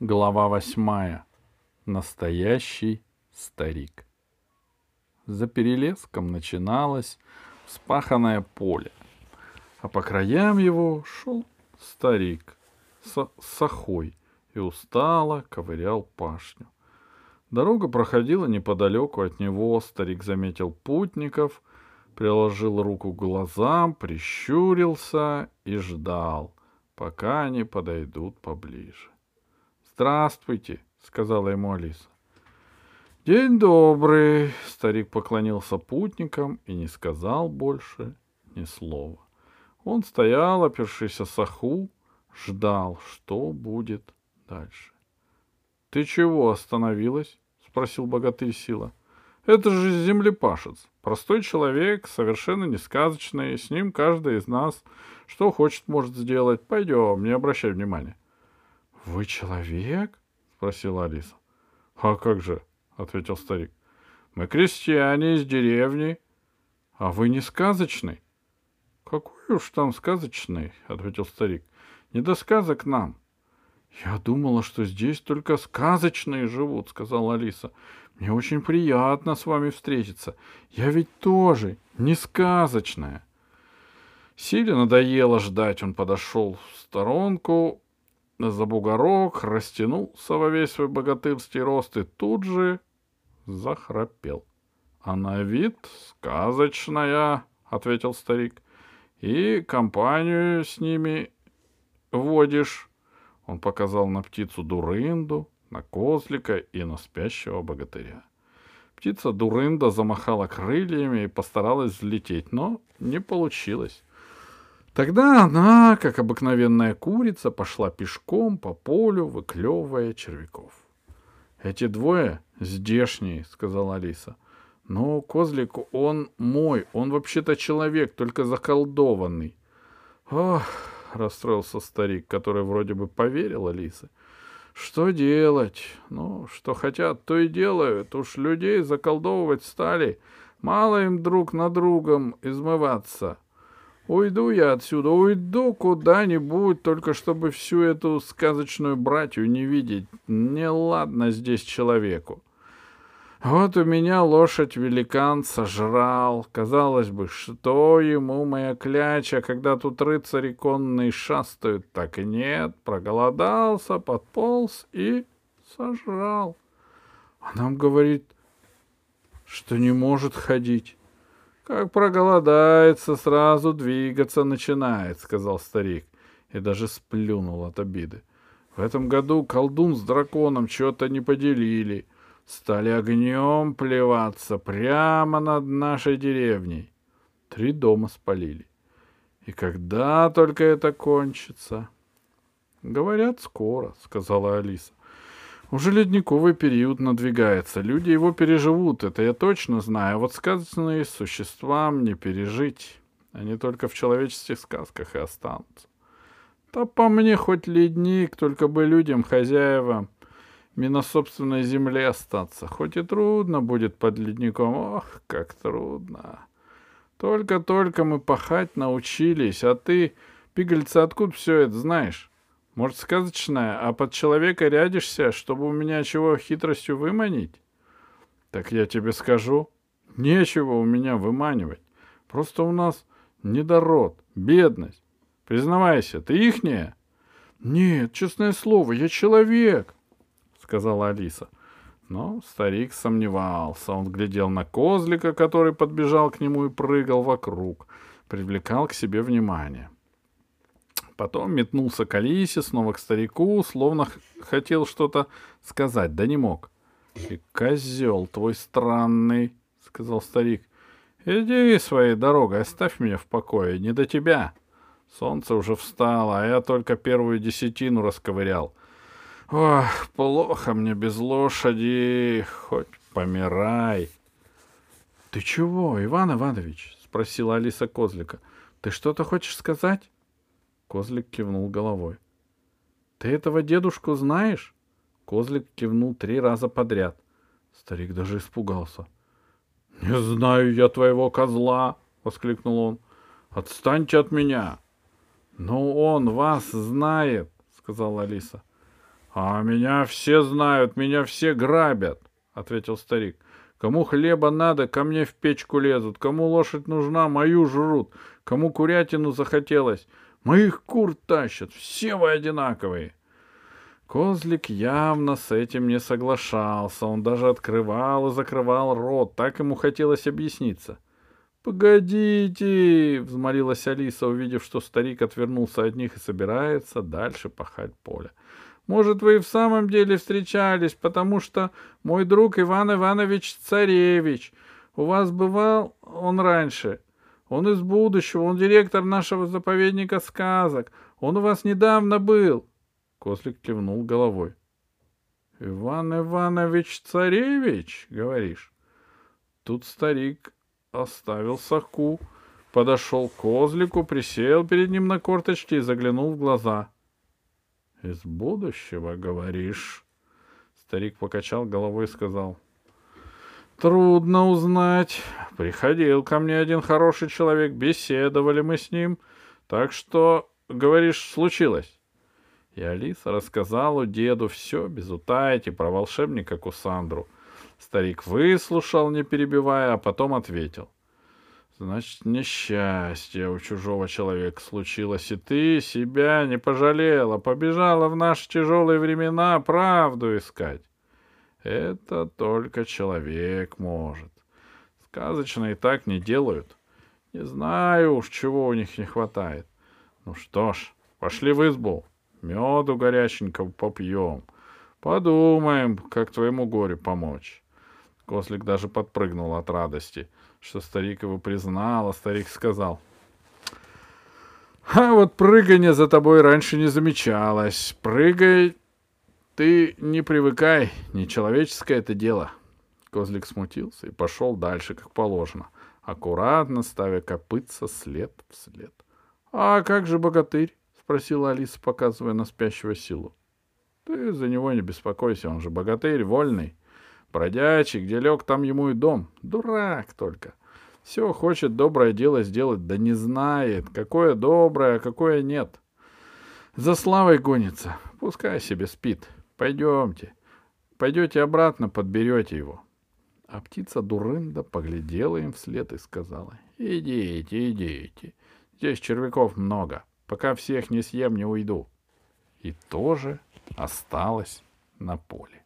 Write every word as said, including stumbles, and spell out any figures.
Глава восьмая. Настоящий старик. За перелеском начиналось вспаханное поле, а по краям его шел старик с сахой и устало ковырял пашню. Дорога проходила неподалеку от него, старик заметил путников, приложил руку к глазам, прищурился и ждал, пока они подойдут поближе. «Здравствуйте», — сказала ему Алиса. «День добрый», — старик поклонился путникам и не сказал больше ни слова. Он стоял, опершись о саху, ждал, что будет дальше. «Ты чего остановилась?» — спросил богатырь Сила. «Это же землепашец, простой человек, совершенно не сказочный, с ним каждый из нас что хочет может сделать. Пойдем, не обращай внимания». — Вы человек? — спросила Алиса. — А как же, — ответил старик. — Мы крестьяне из деревни. — А вы не сказочный? — Какой уж там сказочный, — ответил старик. — Не до сказок нам. — Я думала, что здесь только сказочные живут, — сказала Алиса. — Мне очень приятно с вами встретиться. Я ведь тоже не сказочная. Силе надоело ждать, он подошел в сторонку, за бугорок, растянулся во весь свой богатырский рост и тут же захрапел. — А на вид сказочная, — ответил старик, — и компанию с ними водишь. Он показал на птицу Дурынду, на козлика и на спящего богатыря. Птица Дурында замахала крыльями и постаралась взлететь, но не получилось. Тогда она, как обыкновенная курица, пошла пешком по полю, выклевывая червяков. — Эти двое здешние, — сказала Алиса. — Но козлик, он мой, он вообще-то человек, только заколдованный. — Ох, — расстроился старик, который вроде бы поверил Алисе. — Что делать? Ну, что хотят, то и делают. Уж людей заколдовывать стали. Мало им друг на другом измываться. Уйду я отсюда, уйду куда-нибудь, только чтобы всю эту сказочную братью не видеть. Неладно здесь человеку. Вот у меня лошадь-великан сожрал. Казалось бы, что ему моя кляча, когда тут рыцари конные шастают? Так и нет, проголодался, подполз и сожрал. А нам говорит, что не может ходить. Как проголодается, сразу двигаться начинает, — сказал старик, и даже сплюнул от обиды. В этом году колдун с драконом что-то не поделили. Стали огнем плеваться прямо над нашей деревней. Три дома спалили. И когда только это кончится? — Говорят, скоро, — сказала Алиса. Уже ледниковый период надвигается. Люди его переживут, это я точно знаю. А вот сказочные существам не пережить. Они только в человеческих сказках и останутся. Да по мне хоть ледник, только бы людям, хозяевам, мне на собственной земле остаться. Хоть и трудно будет под ледником. Ох, как трудно. Только-только мы пахать научились, а ты, пигалица, откуда все это знаешь? Может, сказочная, а под человека рядишься, чтобы у меня чего хитростью выманить? Так я тебе скажу, нечего у меня выманивать. Просто у нас недород, бедность. Признавайся, ты ихняя? Нет, честное слово, я человек, — сказала Алиса. Но старик сомневался. Он глядел на козлика, который подбежал к нему и прыгал вокруг, привлекал к себе внимание. Потом метнулся к Алисе, снова к старику, словно х- хотел что-то сказать, да не мог. — И козел твой странный, — сказал старик. — Иди своей дорогой, оставь меня в покое, не до тебя. Солнце уже встало, а я только первую десятину расковырял. Ох, плохо мне без лошади, хоть помирай. — Ты чего, Иван Иванович? — спросила Алиса козлика. — Ты что-то хочешь сказать? Козлик кивнул головой. — Ты этого дедушку знаешь? Козлик кивнул три раза подряд. Старик даже испугался. — Не знаю я твоего козла! — воскликнул он. — Отстаньте от меня! — Но он вас знает, — сказала Алиса. — А меня все знают, меня все грабят, — ответил старик. — Кому хлеба надо, ко мне в печку лезут, кому лошадь нужна, мою жрут, кому курятину захотелось, моих кур тащат, все вы одинаковые. Козлик явно с этим не соглашался, он даже открывал и закрывал рот, так ему хотелось объясниться. — Погодите, — взмолилась Алиса, увидев, что старик отвернулся от них и собирается дальше пахать поле. — Может, вы и в самом деле встречались, потому что мой друг Иван Иванович Царевич. У вас бывал он раньше? Он из будущего, он директор нашего заповедника сказок. Он у вас недавно был. Козлик кивнул головой. — Иван Иванович Царевич, говоришь? Тут старик оставил соку, подошел к козлику, присел перед ним на корточки и заглянул в глаза. — Из будущего, говоришь? Старик покачал головой и сказал. — Трудно узнать. Приходил ко мне один хороший человек, беседовали мы с ним. Так что, говоришь, случилось? И Алиса рассказала деду все без утайки про волшебника Кусандру. Старик выслушал, не перебивая, а потом ответил. — Значит, несчастье у чужого человека случилось, и ты себя не пожалела, побежала в наши тяжелые времена правду искать. Это только человек может. Сказочные так не делают. Не знаю уж, чего у них не хватает. Ну что ж, пошли в избу, меду горяченького попьем. Подумаем, как твоему горю помочь. Козлик даже подпрыгнул от радости, что старик его признал, а старик сказал. — А вот прыганье за тобой раньше не замечалось. Прыгай, ты не привыкай, нечеловеческое это дело. Козлик смутился и пошел дальше, как положено, аккуратно ставя копытца след в след. — А как же богатырь? — спросила Алиса, показывая на спящего Силу. — Ты за него не беспокойся, он же богатырь, вольный. Бродячий, где лег, там ему и дом. Дурак только. Все хочет доброе дело сделать, да не знает, какое доброе, а какое нет. За славой гонится. Пускай себе спит. Пойдемте. Пойдете обратно, подберете его. А птица Дурында поглядела им вслед и сказала. Идите, идите. Здесь червяков много. Пока всех не съем, не уйду. И тоже осталась на поле.